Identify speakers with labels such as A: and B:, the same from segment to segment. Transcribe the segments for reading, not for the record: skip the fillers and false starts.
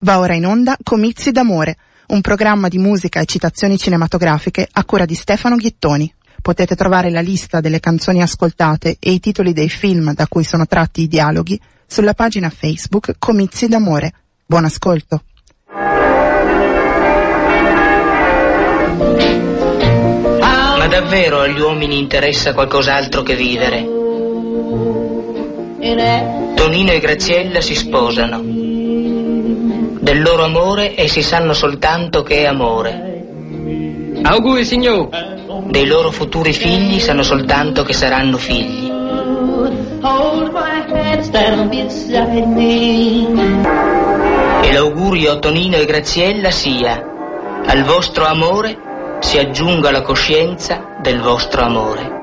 A: Va ora in onda Comizi d'amore, un programma di musica e citazioni cinematografiche a cura di Stefano Ghittoni. Potete trovare la lista delle canzoni ascoltate e i titoli dei film da cui sono tratti i dialoghi sulla pagina Facebook Comizi d'amore. Buon ascolto.
B: Ma davvero agli uomini interessa qualcos'altro che vivere? Tonino e Graziella si sposano. Del loro amore essi sanno soltanto che è amore.
C: Auguri, signor.
B: Dei loro futuri figli sanno soltanto che saranno figli. E l'augurio a Tonino e Graziella sia: al vostro amore si aggiunga la coscienza del vostro amore.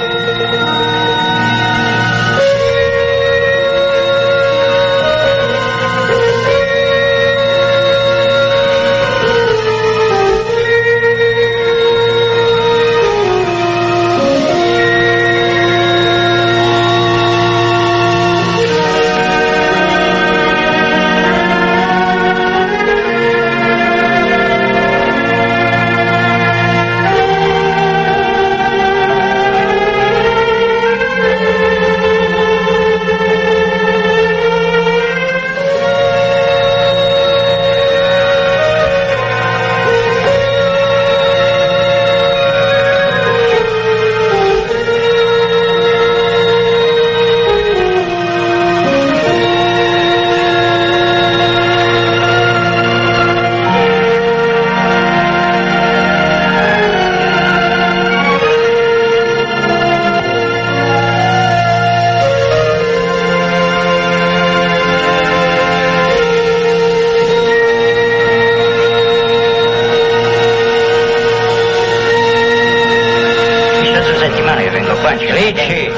D: Ricci!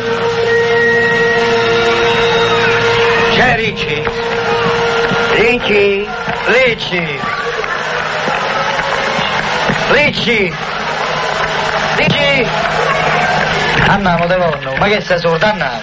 D: C'è Ricci? Ricci! Ricci! Ricci! Ricci! Andiamo de nonno, ma che sei sordo, andiamo!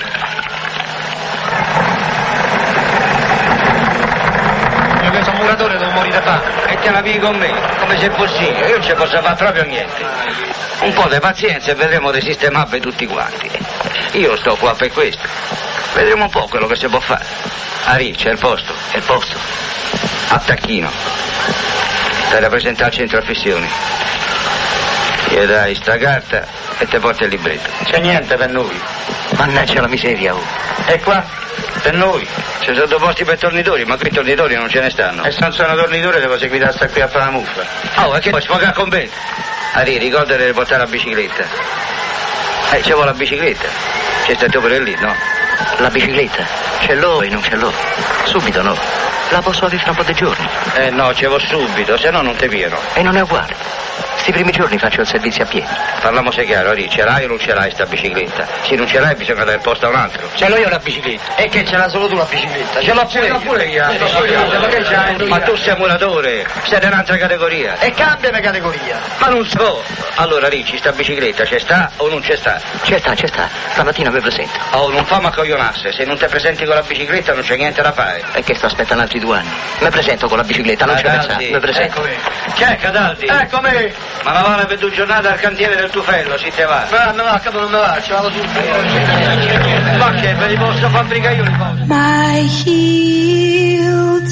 D: Io che sono muratore devo morire fa e te la vivi con me, come se possibile, io non ci posso fare proprio niente. Un po' di pazienza e vedremo di sistemarvi tutti quanti. Io sto qua per questo. Vedremo un po' quello che si può fare. A Ricci, è il posto. È il posto. A Tacchino. Per rappresentare al centro affissioni. Gli dai sta carta e te porti il libretto. C'è niente per noi. Mannaggia la miseria, oh. E qua? Per noi. Ci sono due posti per tornitori, ma qui tornitori non ce ne stanno. E se non sono tornitori devo seguire sta qui a fare la muffa. Oh, e che puoi sfogare con me? Ari, ricordati di portare la bicicletta. Ci vuole la bicicletta. C'è stato pure lì, no? La bicicletta? Ce l'ho e non ce l'ho. Subito no. La posso avere fra un po' di giorni. No, ce l'ho subito, se no non te pieno. E non è uguale. Sti primi giorni faccio il servizio a piedi. Parliamo se chiaro, Ari, ce l'hai o non ce l'hai sta bicicletta? Se non ce l'hai bisogna dare posto a un altro. Ce l'ho io la bicicletta. E che ce l'ha solo tu la bicicletta? Ce l'ho pure io. Ma che c'hai? Ma tu sei muratore, sei di un'altra categoria. E cambiami categoria. Ma non si può. Allora Ricci, sta bicicletta c'è sta o non c'è sta? C'è sta. Stamattina mi presento. Oh, non fa ma coglionasse, se non ti presenti con la bicicletta non c'è niente da fare. E che sto aspettando altri 2 anni? Mi presento con la bicicletta, non c'è pensare. Mi presento. Eccomi. Chi è Cataldi? Eccomi. Ma la vale per 2 giornate al cantiere del tufello, si te va. No, capo non me va, ci vado subito. Ma che ve li posso fabbricare io li posso.
E: My healed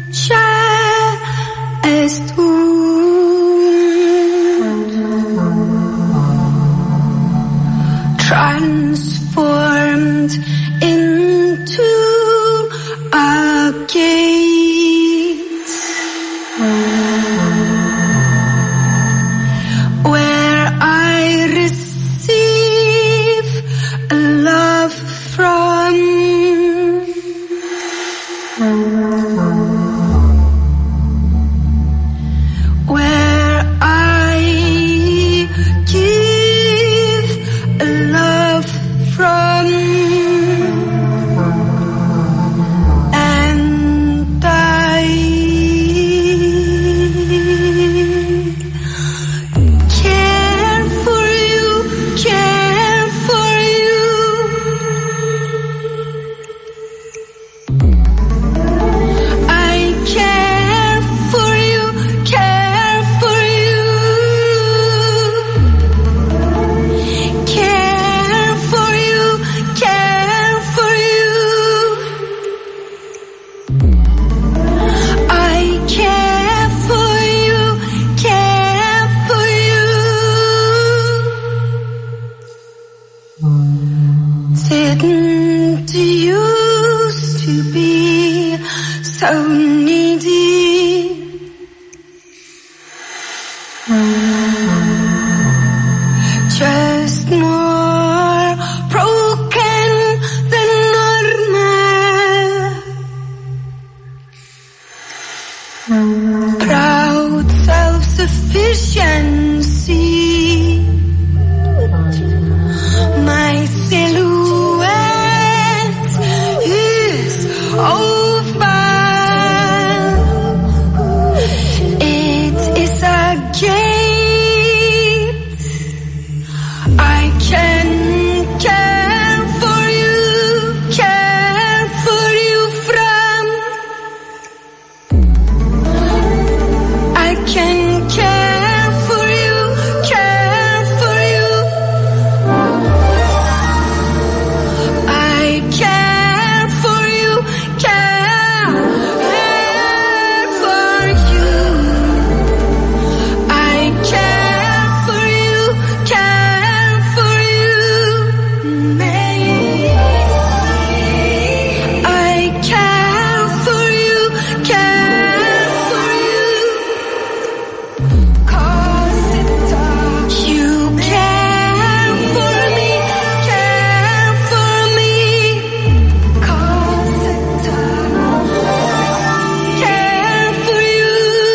E: chest wound transformed into a gate where I receive love from Proud self-sufficiency. My silhouette is over. It is a gate. I can care for you from. I can care for you. I care for you, care for you. I care for you, care for you. I care for you, care for you. 'Cause you care for me, care for me. 'Cause care for you.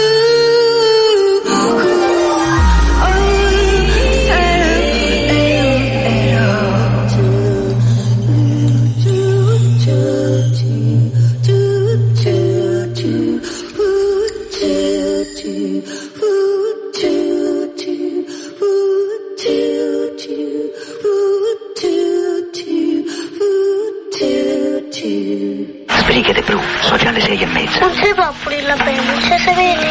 D: Sbrigate, Bru, sono già le 6:30.
F: Non si può pulirla bene, se si vede.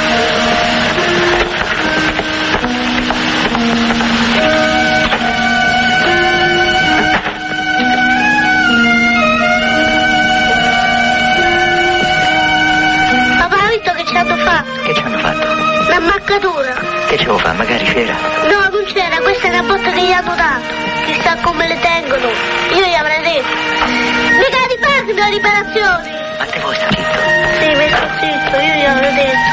F: Papà, hai visto che ci hanno fatto?
D: Che ci hanno fatto?
F: L'ammaccatura.
D: Che ci devo fare? Magari c'era.
F: No, non c'era, questa è una botta che gli hanno dato. Chissà come le tengono. Io gli avrei detto. Mica di farmi le riparazioni.
D: Ma te vuoi stare zitto?
F: Sì, mi sto zitto, io gli avrei detto.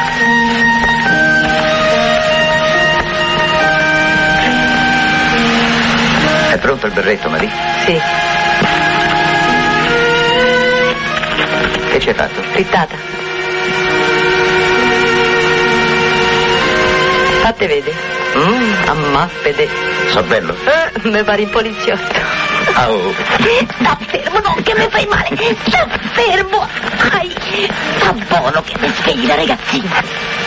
D: È pronto il berretto, Marie?
G: Sì,
D: Che ci hai fatto?
G: frittata. Fatte vede. Ammappede.
D: So bello?
G: Mi pare in poliziotto.
D: Oh.
G: Sta fermo, non che mi fai male. Sta fermo. Ai, sta buono che mi svegli la ragazzina.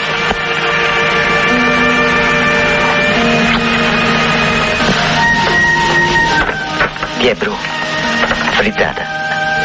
D: Vie, Bru. Frittata.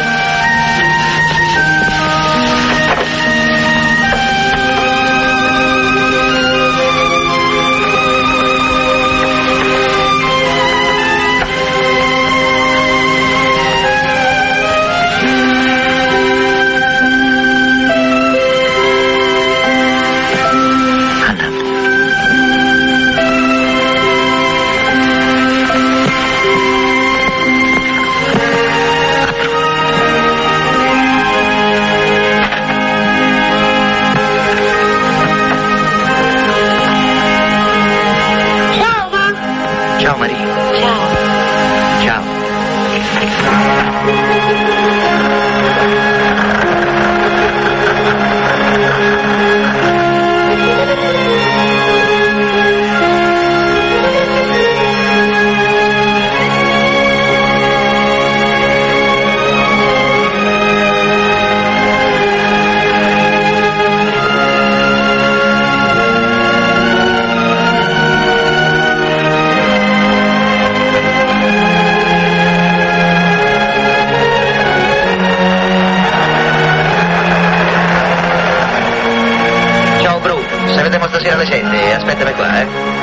D: Ciao Maria.
G: Ciao.
D: Ciao. Se vediamo stasera alle 7, aspettami qua,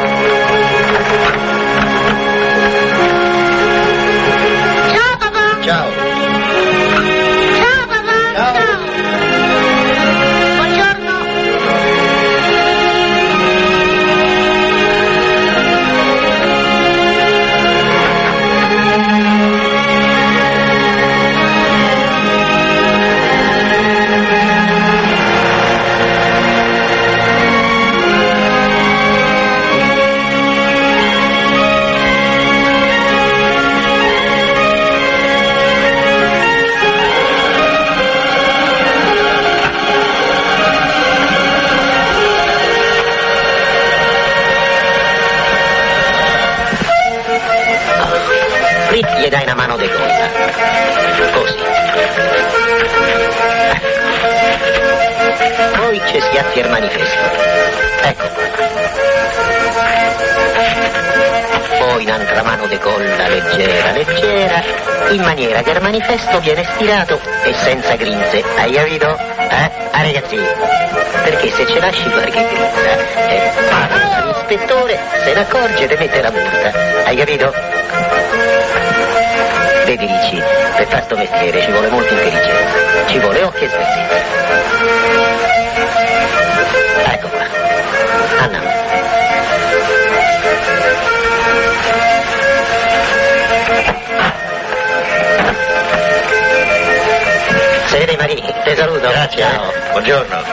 F: Ciao papà.
D: Ciao.
F: Ciao papà.
D: Ciao.
F: Buongiorno.
H: gli dai una mano di colla. Così. Poi ci schiaffi il manifesto. Ecco qua. Poi un'altra mano di colla leggera, leggera, in maniera che il manifesto viene stirato e senza grinze. Hai capito? Ragazzi, perché se ce lasci qualche grinza, l'ispettore se ne accorge e ti mette la multa. Hai capito? Vedi, Ricci, per fare sto mestiere ci vuole molta intelligenza, ci vuole occhi e spessezza. Ecco qua, andiamo. Se vede Marie, ti saluto. Grazie. Ciao. Buongiorno.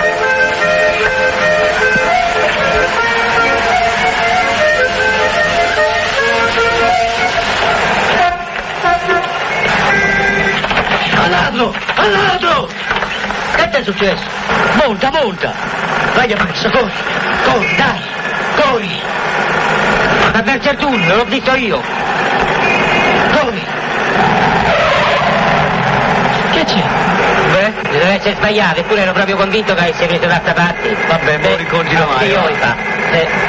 H: Al ladro! Che ti è successo? Monta! Vai a pazzo, corri, dai, corri! Ma verso il tunnel, l'ho visto io! Corri! Che c'è? Beh, deve essere sbagliato, eppure ero proprio convinto che avesse preso d'altra parte. Vabbè, mo' ricontrino mai. Io fa.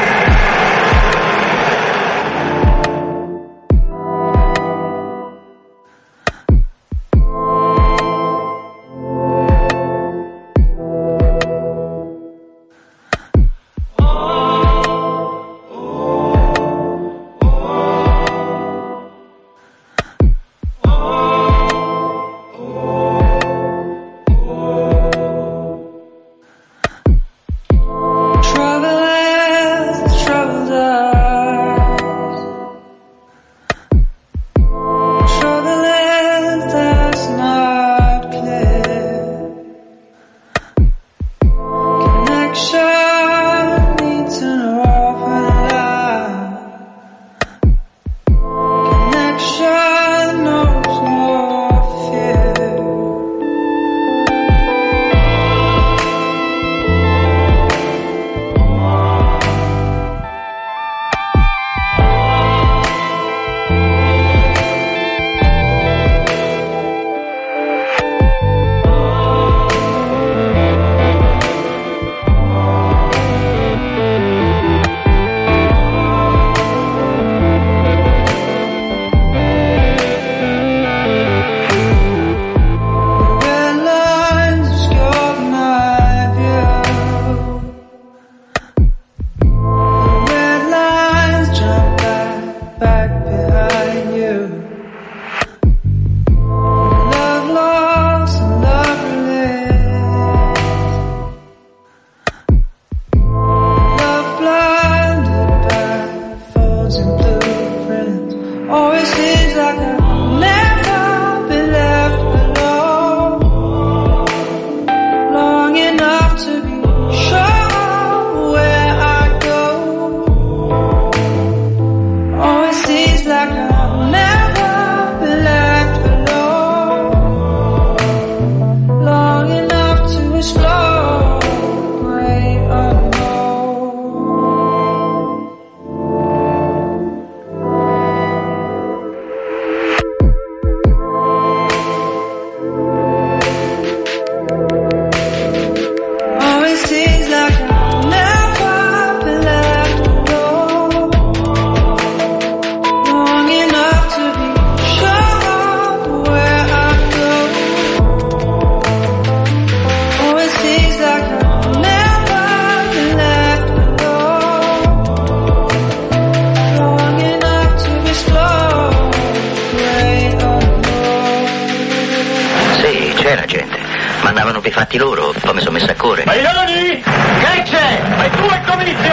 I: Mandavano per i fatti loro, poi mi sono messo a correre.
H: Bailoni! Che c'è? Ma tu è comizio!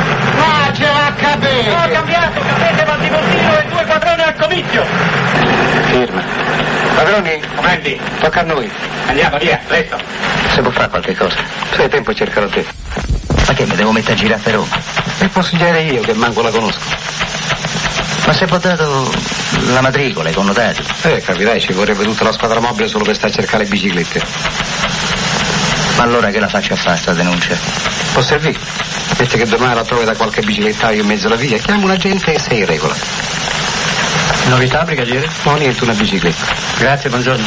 H: Ma ce l'ha capito! Ho cambiato, capete, va di bottino e 2 quadroni al comizio!
I: Firma.
H: Padroni, prendi, tocca a noi. Andiamo, via, presto.
I: Se può fare qualche cosa?
H: Se hai tempo cercalo te.
I: Ma che, mi devo mettere a girare per Roma?
H: E posso girare io, che manco la conosco.
I: Ma se ho dato la matricola, i connotati?
H: Capirai, ci vorrebbe tutta la squadra mobile solo per stare a cercare le biciclette.
I: Ma allora che la faccio a fare sta denuncia?
H: Può servire. Metti che domani la trovi da qualche biciclettaio in mezzo alla via, chiama un agente e sei in regola.
C: Novità, brigadiere?
I: No, niente, una bicicletta.
C: Grazie, buongiorno.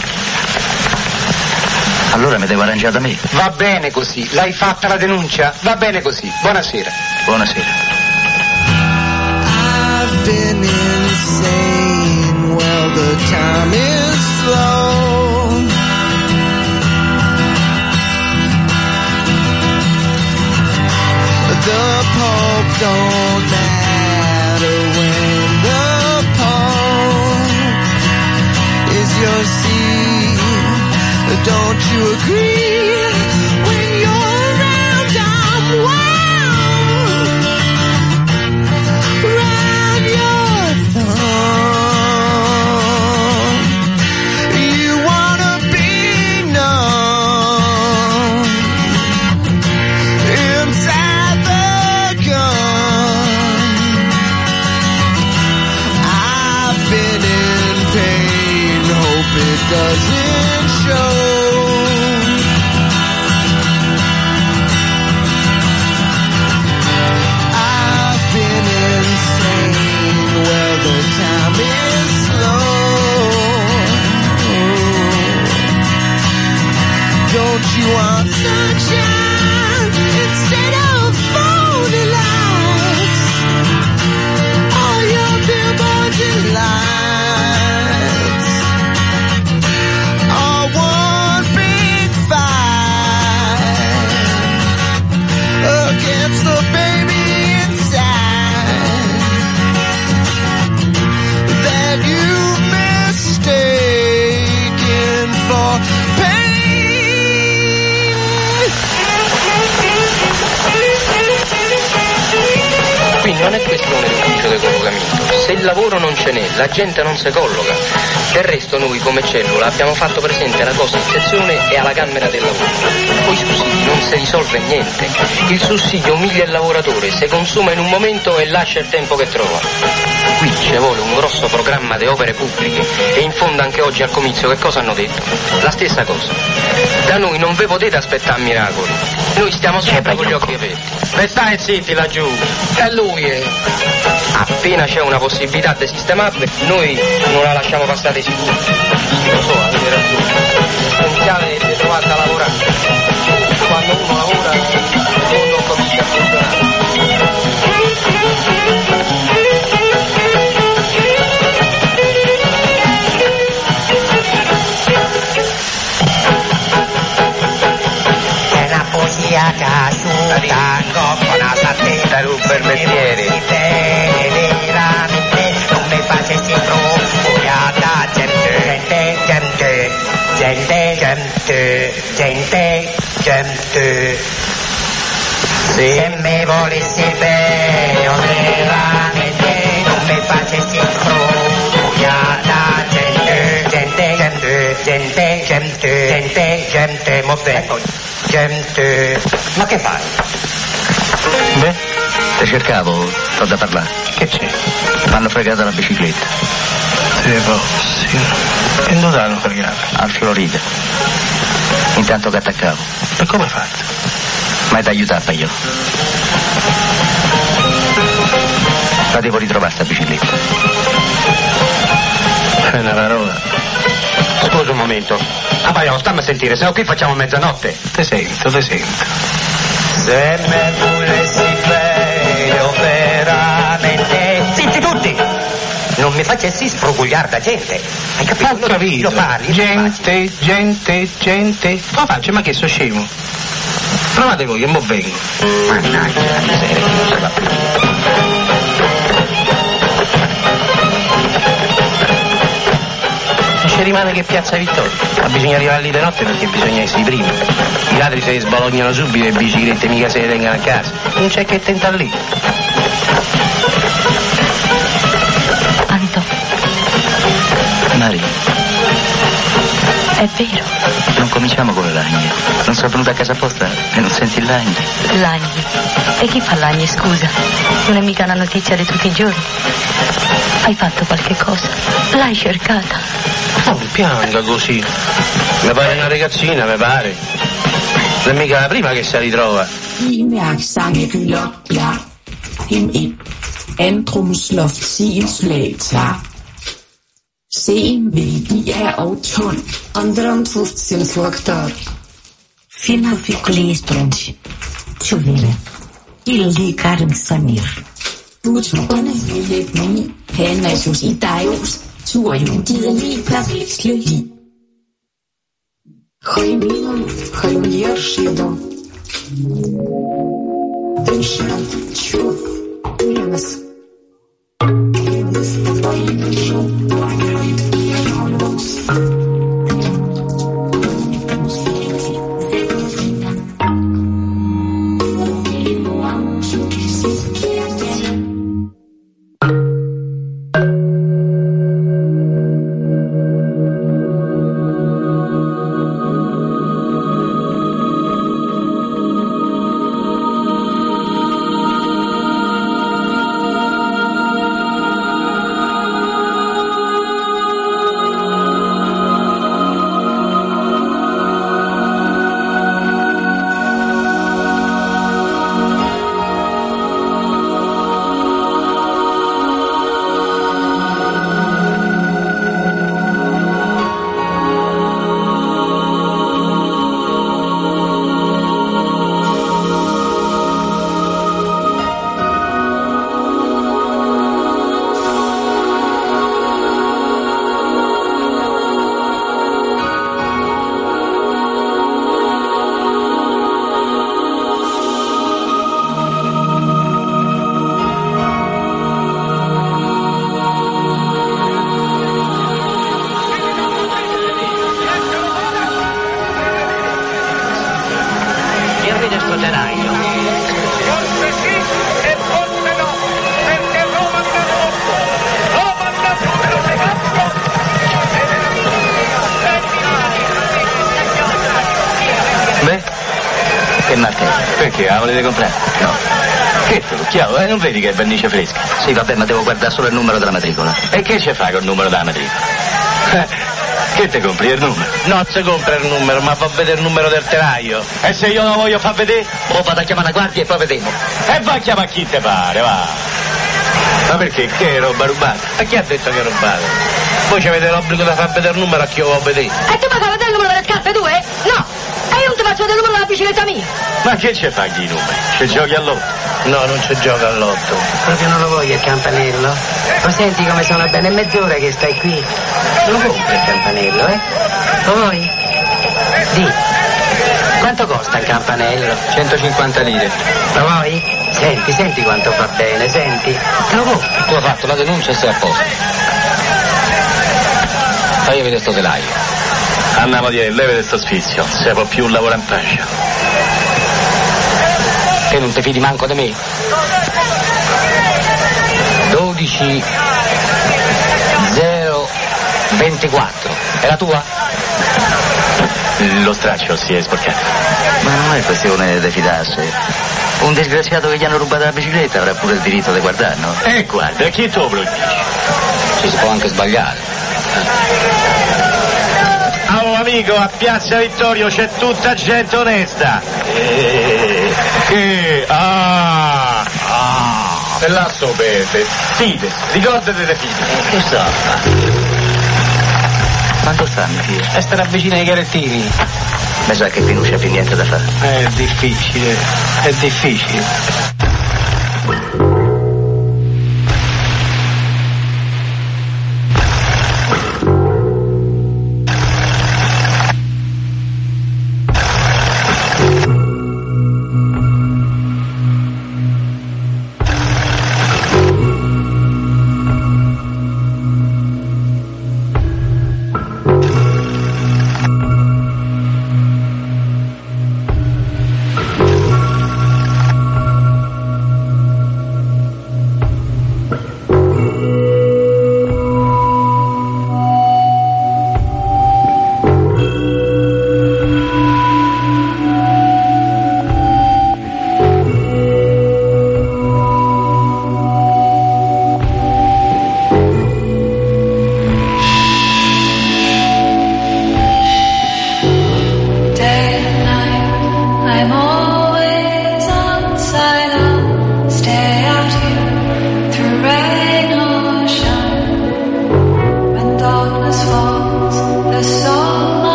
I: Allora mi devo arrangiare da me.
C: Va bene così, l'hai fatta la denuncia? Va bene così, buonasera.
I: Buonasera.
E: I've been insane, well the time is slow. The Pope don't matter when the Pope is your seat. Don't you agree? When you're around, I'm wound round your thumb. You wanna be numb inside the gun. I've been in pain, hope it doesn't show. Don't you want sunshine instead of phony lights? All your billboards and lights are one big fight against the baby inside that you've mistaken for pain.
J: Quindi non è questione di ufficio di collocamento. Se il lavoro non ce n'è, la gente non si colloca. Del resto noi come cellula abbiamo fatto presente la cosa in sezione e alla Camera del Lavoro. Con i sussidi non si risolve niente. Il sussidio umilia il lavoratore, si consuma in un momento e lascia il tempo che trova. Qui ci vuole un grosso programma di opere pubbliche e in fondo anche oggi al comizio che cosa hanno detto? La stessa cosa. Da noi non ve potete aspettare miracoli. Noi stiamo sempre con gli occhi aperti.
C: E stai zitti laggiù.
J: E lui è. Appena c'è una possibilità di sistemarle, noi non la lasciamo passare di sicuro. Lo so, avete ragione. Pensate di trovate a lavorare. Quando uno lavora, il mondo comincia a funzionare.
H: Caduta, coppola, sattetta,
J: per mestiere.
H: Veramente non mi facessi profugliata gente. Se mi volessi bene, veramente non mi facessi profugliata gente, mo bene. Gente. Ma che fai?
I: Beh, te cercavo, sto da parlare.
C: Che c'è?
I: Mi hanno fregato la bicicletta.
C: Te posso. E dove l'hanno fregata?
I: Al Florida. Intanto che attaccavo.
C: E come hai fatto?
I: Ma ti aiutava io. La devo ritrovare sta bicicletta.
C: È una parola. Scusa un momento. Ah, vai, stammi a sentire, se no qui facciamo mezzanotte. Te sento.
H: Se me volessi bene, veramente. Zitti tutti! Non mi facessi sfrugugliare da gente. Hai capito?
C: Ho capito.
H: Lo parli.
C: Gente. Come faccio? Ma che so scemo? Provate voi, che mo vengo.
H: Mannaggia la miseria, che non si va più.
C: Ci rimane che Piazza Vittoria, ma bisogna arrivare lì di notte perché bisogna essere i primi. I ladri se li sbalognano subito e le biciclette mica se le tengono a casa. Non c'è che tentare lì.
K: Anto.
I: Maria.
K: È vero.
I: Non cominciamo con le lagne. Non sono venuta a casa apposta e non senti il lagni.
K: Lagni? E chi fa lagni, scusa? Non è mica una notizia di tutti i giorni. Hai fatto qualche cosa? L'hai cercata?
C: Non pianga così. Mi pare una ragazzina, mi pare. Non è mica la prima che si ritrova.
L: Mærksangeren Lokla. M1. Andrumsloft Sigelslag. CMV og ton. Andromfuszionsfaktor. Fino piccoli stronzi. Ciovere. Il di Karen Samir. Budsmåerne ville blive. Han er Societarius. Turjudiden i Paris-Løgi. Хаймином, Хаймьершидом. Тышном, чу, Илемес. Илемес, твоим жопом.
I: Che martello? Perché? La volete comprare? No. Che tu, chiaro, non vedi che è vernice fresca? Sì, vabbè, ma devo guardare solo il numero della matricola. E che ci fai col numero della matricola? Che te compri il numero?
C: Non si compra il numero, ma fa vedere il numero del telaio.
I: E se io lo voglio far vedere? O vado a chiamare la guardia e poi vediamo.
C: E va a chiamare chi te pare, va.
I: Ma perché? Che è roba rubata?
C: Ma chi ha detto che è rubata? Voi ci avete l'obbligo di far vedere il numero a chi lo vuole vedere.
K: E tu mi fai vedere il numero delle scarpe tue? No! E io non ti faccio vedere il numero della bicicletta mia!
I: Ma che ci fai i numeri? Ci giochi all'otto?
C: No, non ci gioca all'otto.
H: Proprio non lo voglio il campanello? Lo senti come sono bene mezz'ora che stai qui? Lo compri il campanello, eh? Lo vuoi? Di. Quanto costa il campanello?
J: 150 lire.
H: Lo vuoi? Senti quanto fa bene, senti. Lo compri.
J: Tu hai fatto la denuncia e sei a posto. Fai vedere sto telaio.
I: Andiamo di levate sto sfizio, se può più lavorare in pace.
J: Che non ti fidi manco di me? 12 024. È la tua?
I: Lo straccio si è sporcato. Ma non è questione di fidarsi. Un disgraziato che gli hanno rubato la bicicletta avrà pure il diritto di guardare, no? Guarda, chi tu lo dici?
J: Ci si può anche sbagliare.
C: Oh amico, a Piazza Vittorio c'è tutta gente onesta.
I: Che?
C: E là sopete. Fide, ricordate di fide.
I: Che sta? Quanto stanno, figlio?
J: E starà vicino ai garettini.
I: Mi sa che qui non c'è più niente da fare.
J: È difficile.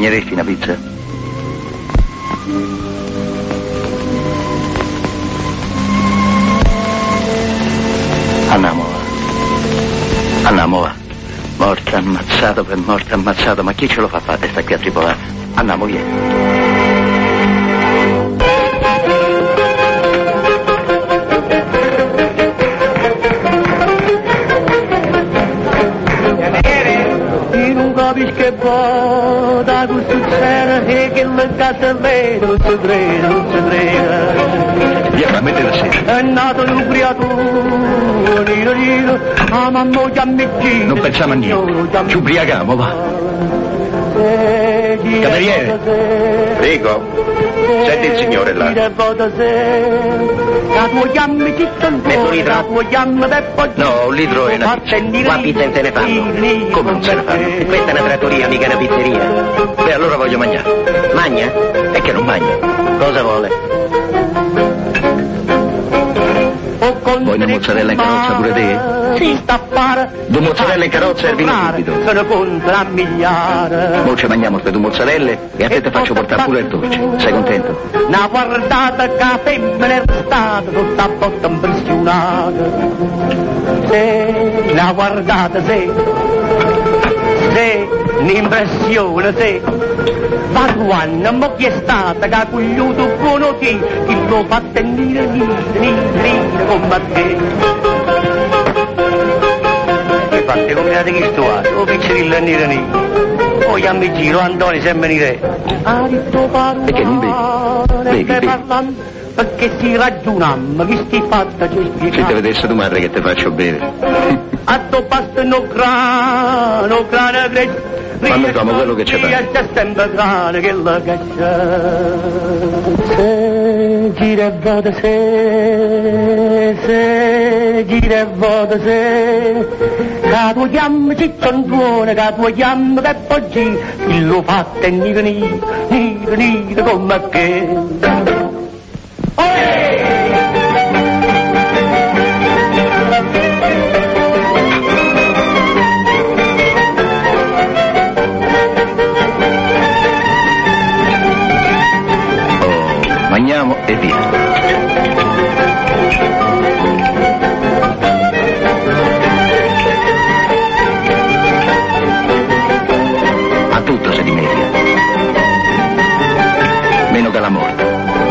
I: Mangeresti una pizza? Andiamo, va. Andiamo, va. Morto ammazzato per morto ammazzato, ma chi ce lo fa fare sta qui a tripolare? Andiamo, via.
M: Che può da questo succede e che la casa non si crede, non si crede.
I: Via, metti da sé.
M: È nato un ubriaco, nino, a mamma chiammi.
I: Non pensiamo a niente, ci ubriachiamo, va. Cameriere, prego, senti il signore là.
H: Metto un litro? No, un litro è una pizza. Qua pizza non se ne fanno.
I: Come non se ne fanno?
H: Questa è una trattoria, mica una pizzeria.
I: Beh, allora voglio mangiare.
H: Magna?
I: E che non magna?
H: Cosa vuole?
I: Vuoi una mozzarella in carrozza pure te?
M: Sì.
I: Due mozzarella in carrozza e vino subito.
M: Sono contro a miliare.
I: Mo ci mangiamo queste due mozzarelle e a te faccio portare pure il dolce. Sei contento?
M: Una guardata che la femmina è stata tutta botta impressionata. Se, una guardata, se, un'impressione, se. Ma quando mo chi è stata che ha cogliuto buono chi lo fa tenere, come te. Che fate come chi stuate, o piccerilla nire. Poi a mi giro Antoni sempre nire.
I: E che non bevi? Bevi.
M: Perché si ragionammo, che sti fatta ci spiega.
I: Se te vedesse tu madre che te faccio bere.
M: A to basta no crana grecia.
I: Quando trovo quello che c'è
M: c'è sempre grane che la caccia. Se gira e vada se gira e vada se. Che tu chiami cicciondone, che tu chiami che poggi, chi lo fa tenere nire come che.
I: Mangiamo e via. A tutto si dimentica. Meno che la morte.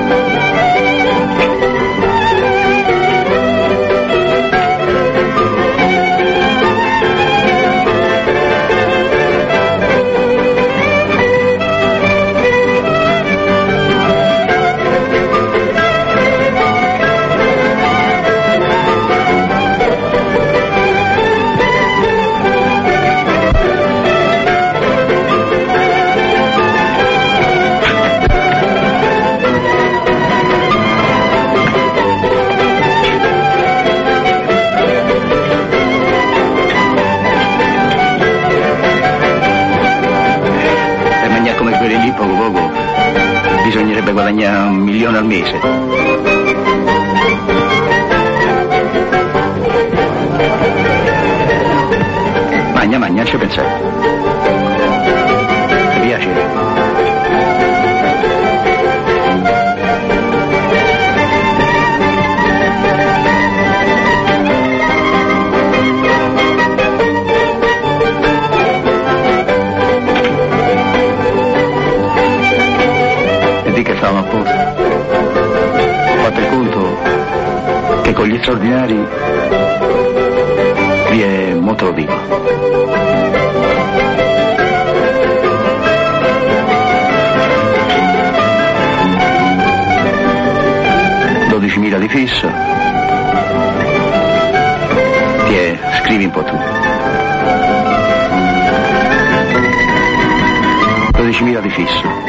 I: Bisognerebbe guadagnare 1 milione al mese. Magna, ci pensate. Ti piace? Che stavamo apposta. Fate il conto che con gli straordinari vi è molto lo dico. $12.000 di fisso. Scrivi un po' tu. 12.000 di fisso.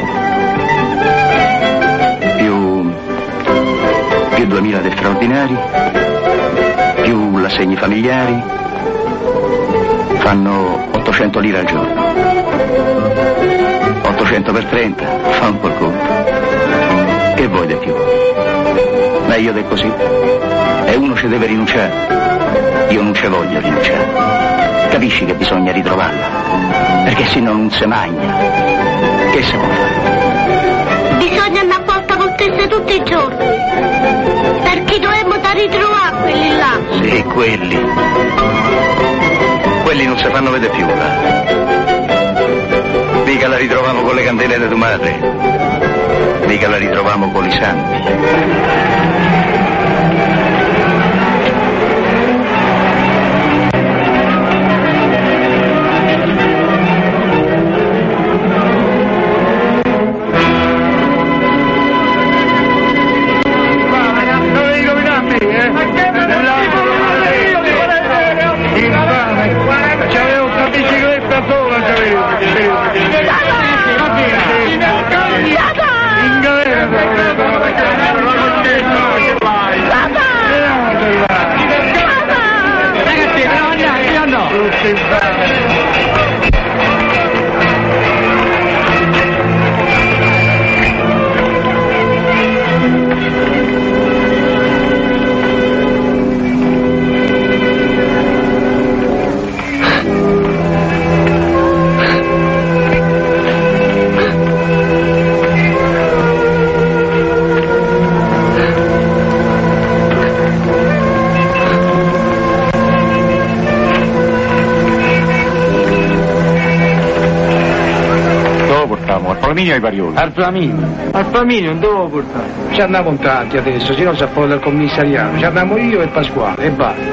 I: Più 2.000 di straordinari, più l'assegni familiari, fanno 800 lire al giorno. 800 per 30, fa un po' il conto. Che vuoi di più? Meglio di così. E uno ci deve rinunciare. Io non ci voglio rinunciare. Capisci che bisogna ritrovarla? Perché se no non si mangia.
C: Che si può fare?
F: Bisogna una volta con te tutti i giorni. Perché dovremmo da ritrovare quelli là.
C: Sì, quelli. Quelli non si fanno vedere più là. Mica la ritrovamo con le candele di tua madre. Mica la ritrovamo con i santi.
N: Ai Parioli.
C: Al Flaminio non devo portare. Ci andiamo tanti adesso, se no si appolla il commissariato. Ci andiamo io e Pasquale e basta.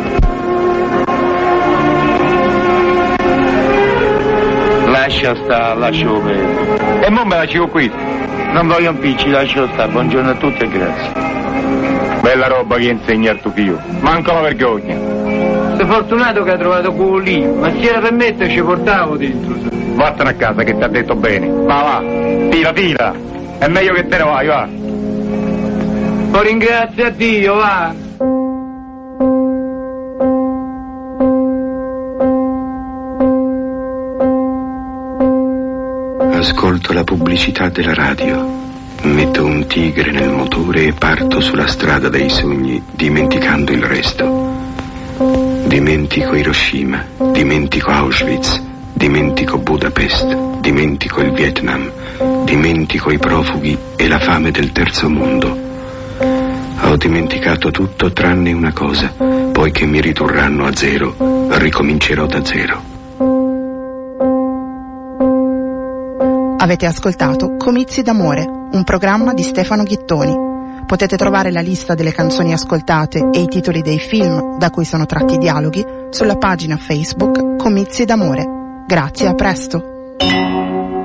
N: Lascia stare, lascio perdere. E non me la ciò qui. Non voglio impicci, lascio stare. Buongiorno a tutti e grazie. Bella roba che insegna al tuo figlio. Manca la vergogna.
C: Sei fortunato che hai trovato quello lì, ma se era per me te ci portavo dentro.
N: Vattene a casa che ti ha detto bene. Va, tira. È meglio che te ne vai, va.
C: Poi ringrazia Dio, va.
O: Ascolto la pubblicità della radio. Metto un tigre nel motore e parto sulla strada dei sogni, dimenticando il resto. Dimentico Hiroshima, dimentico Auschwitz, dimentico Budapest, dimentico il Vietnam, dimentico i profughi e la fame del terzo mondo. Ho dimenticato tutto tranne una cosa, poiché mi ridurranno a zero, ricomincerò da zero.
A: Avete ascoltato Comizi d'amore, un programma di Stefano Ghittoni. Potete trovare la lista delle canzoni ascoltate e i titoli dei film da cui sono tratti i dialoghi sulla pagina Facebook Comizi d'amore. Grazie, a presto.